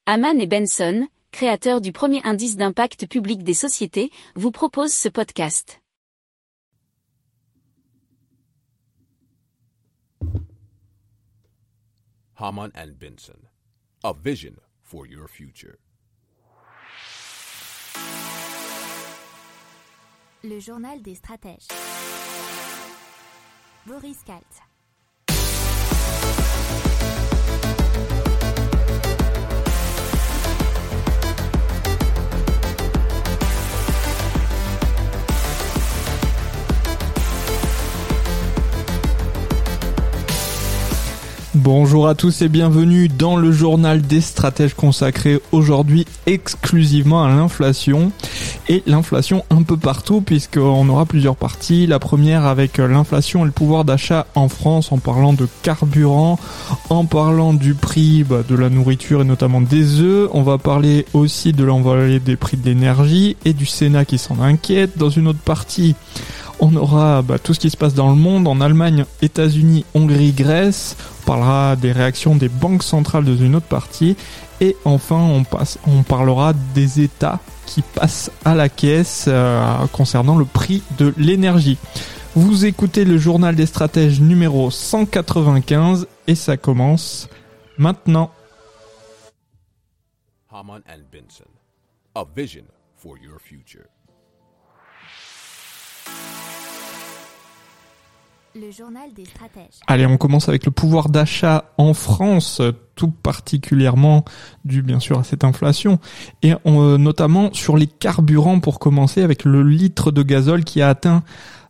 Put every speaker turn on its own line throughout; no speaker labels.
Hamann et Benson, créateurs du premier indice d'impact public des sociétés, vous proposent ce podcast.
Hamann and Benson, a vision for your future.
Le journal des stratèges. Boris Kalt.
Bonjour à tous et bienvenue dans le journal des stratèges consacré aujourd'hui exclusivement à l'inflation. Et l'inflation un peu partout puisqu'on aura plusieurs parties. La première avec l'inflation et le pouvoir d'achat en France en parlant de carburant, en parlant du prix de la nourriture et notamment des œufs. On va parler aussi de l'envolée des prix de l'énergie et du Sénat qui s'en inquiète. Dans une autre partie, on aura tout ce qui se passe dans le monde, en Allemagne, États-Unis, Hongrie, Grèce. On parlera des réactions des banques centrales dans une autre partie. Et enfin, on parlera des États qui passent à la caisse concernant le prix de l'énergie. Vous écoutez le journal des stratèges numéro 195 et ça commence maintenant.
Hamann and Benson, a vision for your future.
Le journal des stratèges.
Allez, on commence avec le pouvoir d'achat en France, tout particulièrement dû bien sûr à cette inflation, et notamment sur les carburants pour commencer avec le litre de gazole qui a atteint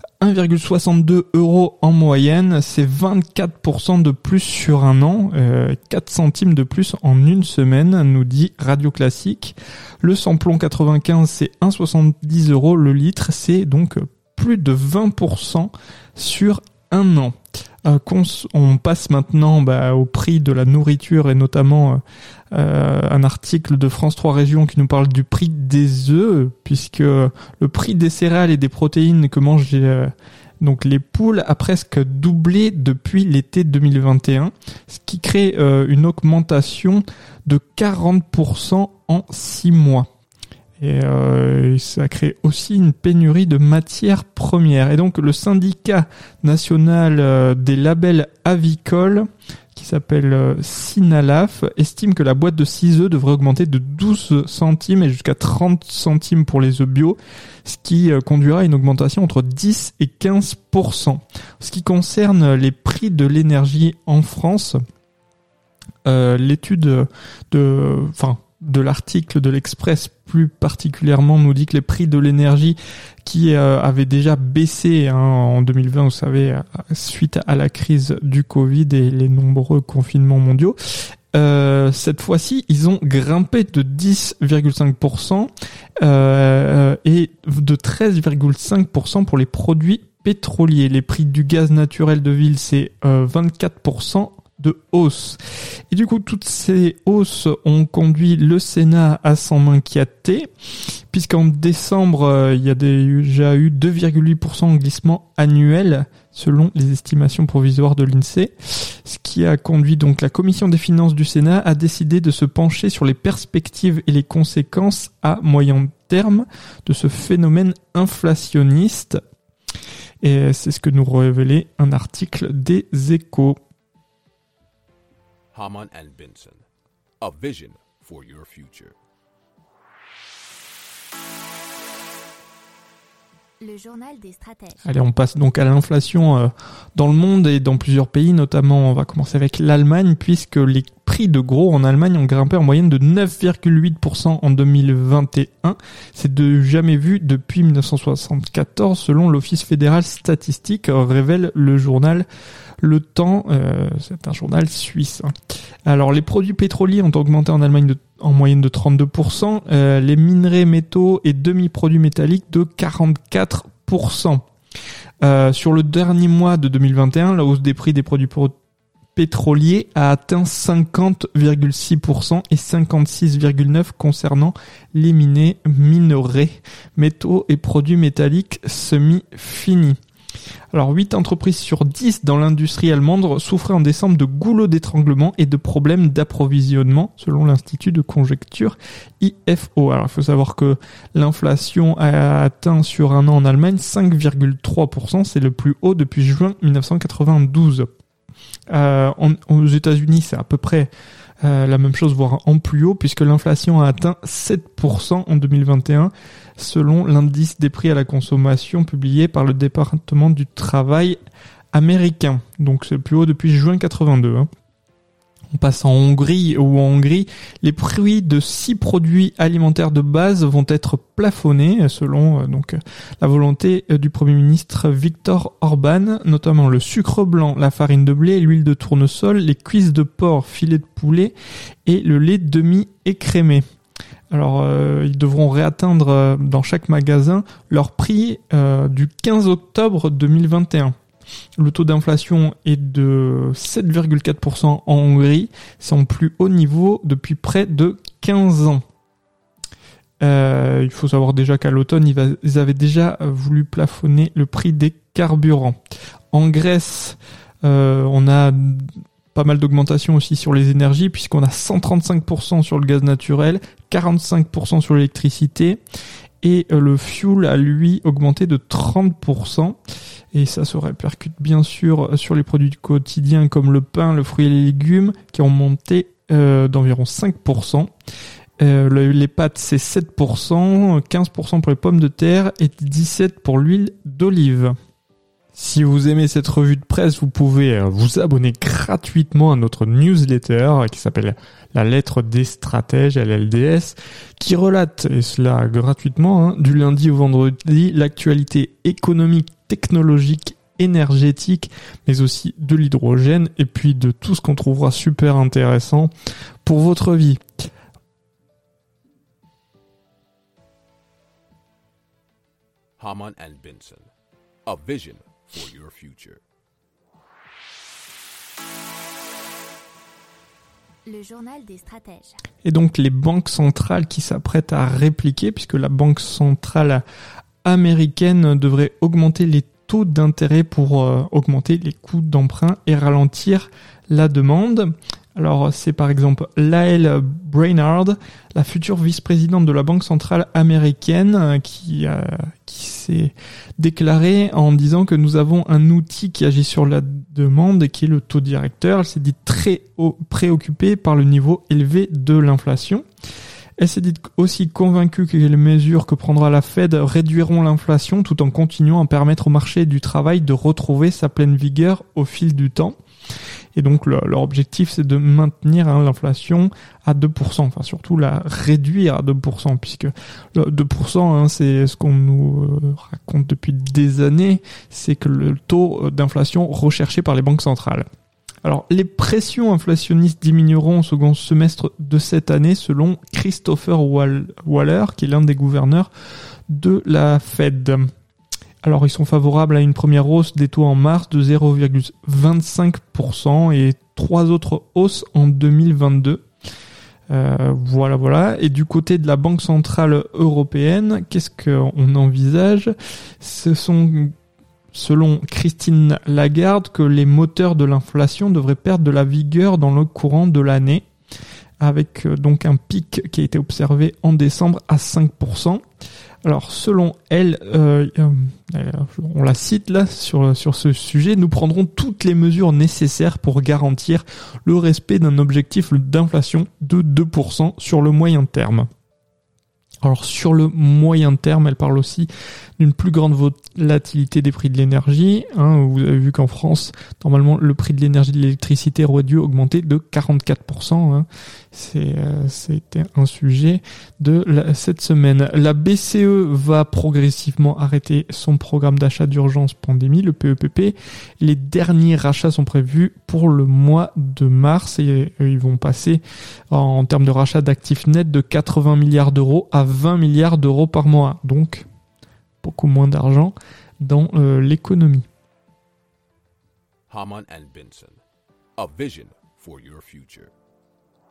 1,62 € en moyenne, c'est 24% de plus sur un an, 4 centimes de plus en une semaine, nous dit Radio Classique. Le samplon 95, c'est 1,70 € le litre, c'est donc plus de 20% sur un an. On passe maintenant au prix de la nourriture et notamment un article de France 3 Régions qui nous parle du prix des œufs, puisque le prix des céréales et des protéines que mangent donc les poules a presque doublé depuis l'été 2021, ce qui crée une augmentation de 40% en 6 mois. Et ça crée aussi une pénurie de matières premières. Et donc le syndicat national des labels avicoles, qui s'appelle Sinalaf, estime que la boîte de 6 œufs devrait augmenter de 12 centimes et jusqu'à 30 centimes pour les œufs bio, ce qui conduira à une augmentation entre 10 et 15%. Ce qui concerne les prix de l'énergie en France, l'étude de l'article de l'Express plus particulièrement nous dit que les prix de l'énergie qui avaient déjà baissé en 2020, vous savez, suite à la crise du Covid et les nombreux confinements mondiaux, cette fois-ci, ils ont grimpé de 10,5% et de 13,5% pour les produits pétroliers. Les prix du gaz naturel de ville, c'est 24% de hausse. Et du coup, toutes ces hausses ont conduit le Sénat à s'en inquiéter, puisqu'en décembre, il y a déjà eu 2,8% de glissement annuel, selon les estimations provisoires de l'INSEE, ce qui a conduit donc la Commission des finances du Sénat à décider de se pencher sur les perspectives et les conséquences à moyen terme de ce phénomène inflationniste. Et c'est ce que nous révélait un article des Échos.
Hamann and Benson, a vision for your future.
Le journal des stratèges.
Allez, on passe donc à l'inflation dans le monde et dans plusieurs pays, notamment on va commencer avec l'Allemagne, puisque les prix de gros en Allemagne ont grimpé en moyenne de 9,8% en 2021. C'est de jamais vu depuis 1974, selon l'Office fédéral statistique, révèle le journal Le Temps, c'est un journal suisse. Alors, les produits pétroliers ont augmenté en Allemagne en moyenne de 32%, les minerais, métaux et demi-produits métalliques de 44%. Sur le dernier mois de 2021, la hausse des prix des produits pétrolier a atteint 50,6% et 56,9% concernant les minerais, métaux et produits métalliques semi-finis. Alors 8 entreprises sur 10 dans l'industrie allemande souffraient en décembre de goulot d'étranglement et de problèmes d'approvisionnement, selon l'Institut de conjecture IFO. Alors il faut savoir que l'inflation a atteint sur un an en Allemagne 5,3%, c'est le plus haut depuis juin 1992. Aux États-Unis, c'est à peu près la même chose, voire en plus haut, puisque l'inflation a atteint 7% en 2021, selon l'indice des prix à la consommation publié par le département du travail américain. Donc c'est le plus haut depuis juin 82. On passe en Hongrie, où en Hongrie, les prix de 6 produits alimentaires de base vont être plafonnés selon la volonté du Premier ministre Viktor Orban, notamment le sucre blanc, la farine de blé, l'huile de tournesol, les cuisses de porc, filets de poulet et le lait demi-écrémé. Alors, ils devront réatteindre dans chaque magasin leur prix du 15 octobre 2021. Le taux d'inflation est de 7,4% en Hongrie. C'est son plus haut niveau depuis près de 15 ans. Il faut savoir déjà qu'à l'automne, ils avaient déjà voulu plafonner le prix des carburants. En Grèce, on a pas mal d'augmentation aussi sur les énergies, puisqu'on a 135% sur le gaz naturel, 45% sur l'électricité, et le fuel a lui augmenté de 30%. Et ça se répercute bien sûr sur les produits du quotidien comme le pain, le fruit et les légumes qui ont monté d'environ 5%. Les pâtes c'est 7%, 15% pour les pommes de terre et 17% pour l'huile d'olive. Si vous aimez cette revue de presse, vous pouvez vous abonner gratuitement à notre newsletter qui s'appelle La Lettre des Stratèges, LLDS, qui relate, et cela gratuitement, du lundi au vendredi, l'actualité économique, technologique, énergétique, mais aussi de l'hydrogène et puis de tout ce qu'on trouvera super intéressant pour votre vie.
Hamann and Benson, a vision for your future.
Le journal des stratèges.
Et donc les banques centrales qui s'apprêtent à répliquer, puisque la banque centrale américaine devrait augmenter les taux d'intérêt pour augmenter les coûts d'emprunt et ralentir la demande. Alors c'est par exemple Lael Brainard, la future vice-présidente de la Banque centrale américaine, qui s'est déclarée en disant que nous avons un outil qui agit sur la demande, qui est le taux directeur. Elle s'est dit très préoccupée par le niveau élevé de l'inflation. Elle s'est dit aussi convaincue que les mesures que prendra la Fed réduiront l'inflation tout en continuant à permettre au marché du travail de retrouver sa pleine vigueur au fil du temps. Et donc leur objectif c'est de maintenir l'inflation à 2%, enfin surtout la réduire à 2%, puisque 2% c'est ce qu'on nous raconte depuis des années, c'est que le taux d'inflation recherché par les banques centrales. Alors les pressions inflationnistes diminueront au second semestre de cette année selon Christopher Waller, qui est l'un des gouverneurs de la Fed. Alors, ils sont favorables à une première hausse des taux en mars de 0,25% et 3 autres hausses en 2022. Voilà. Et du côté de la Banque centrale européenne, qu'est-ce qu'on envisage ? Ce sont, selon Christine Lagarde, que les moteurs de l'inflation devraient perdre de la vigueur dans le courant de l'année, avec donc un pic qui a été observé en décembre à 5%. Alors, selon elle, on la cite là sur ce sujet, nous prendrons toutes les mesures nécessaires pour garantir le respect d'un objectif d'inflation de 2% sur le moyen terme. Alors, sur le moyen terme, elle parle aussi d'une plus grande volatilité des prix de l'énergie. Vous avez vu qu'en France, normalement, le prix de l'énergie de l'électricité aurait dû augmenter de 44%. C'était un sujet de cette semaine. La BCE va progressivement arrêter son programme d'achat d'urgence pandémie, le PEPP. Les derniers rachats sont prévus pour le mois de mars et ils vont passer en termes de rachat d'actifs nets de 80 milliards d'euros à 20 milliards d'euros par mois. Donc, beaucoup moins d'argent dans l'économie.
Hamann and Benson, a vision for your future.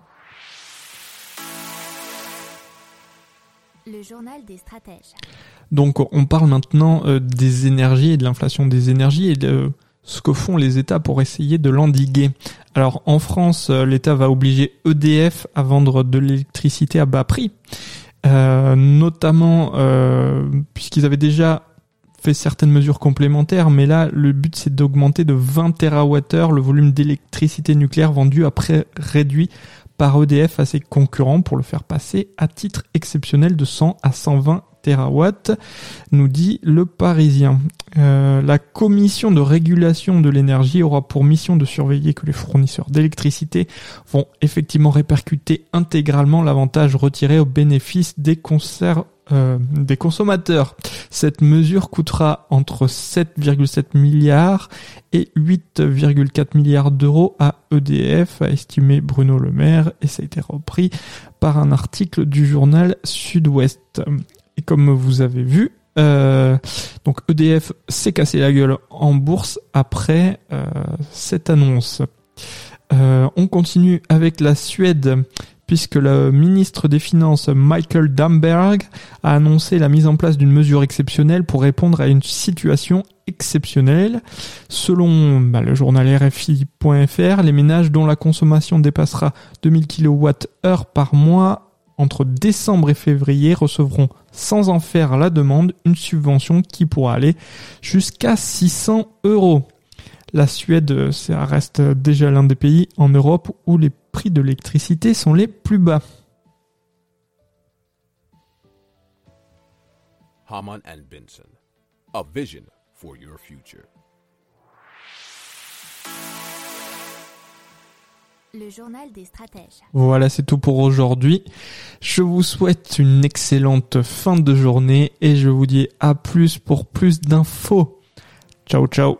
Le journal des stratèges.
Donc on parle maintenant des énergies et de l'inflation des énergies et de ce que font les États pour essayer de l'endiguer. Alors en France, l'État va obliger EDF à vendre de l'électricité à bas prix, notamment puisqu'ils avaient déjà fait certaines mesures complémentaires, mais là le but c'est d'augmenter de 20 TWh le volume d'électricité nucléaire vendu après réduit par EDF à ses concurrents pour le faire passer à titre exceptionnel de 100 à 120 TW, nous dit le Parisien. La commission de régulation de l'énergie aura pour mission de surveiller que les fournisseurs d'électricité vont effectivement répercuter intégralement l'avantage retiré au bénéfice des consommateurs. Cette mesure coûtera entre 7,7 milliards et 8,4 milliards d'euros à EDF, a estimé Bruno Le Maire, et ça a été repris par un article du journal Sud-Ouest. Et comme vous avez vu, donc EDF s'est cassé la gueule en bourse après cette annonce. On continue avec la Suède, puisque le ministre des Finances Mikael Damberg a annoncé la mise en place d'une mesure exceptionnelle pour répondre à une situation exceptionnelle. Selon le journal RFI.fr, les ménages dont la consommation dépassera 2000 kWh par mois entre décembre et février recevront, sans en faire la demande, une subvention qui pourra aller jusqu'à 600 €. La Suède, ça reste déjà l'un des pays en Europe où les prix de l'électricité sont les plus bas.
Hamann and Benson, a vision for your future.
Le journal des stratèges.
Voilà, c'est tout pour aujourd'hui. Je vous souhaite une excellente fin de journée et je vous dis à plus pour plus d'infos. Ciao, ciao.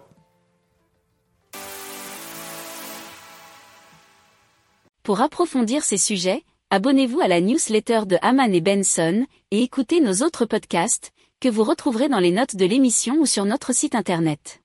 Pour approfondir ces sujets, abonnez-vous à la newsletter de Hamann et Benson et écoutez nos autres podcasts que vous retrouverez dans les notes de l'émission ou sur notre site internet.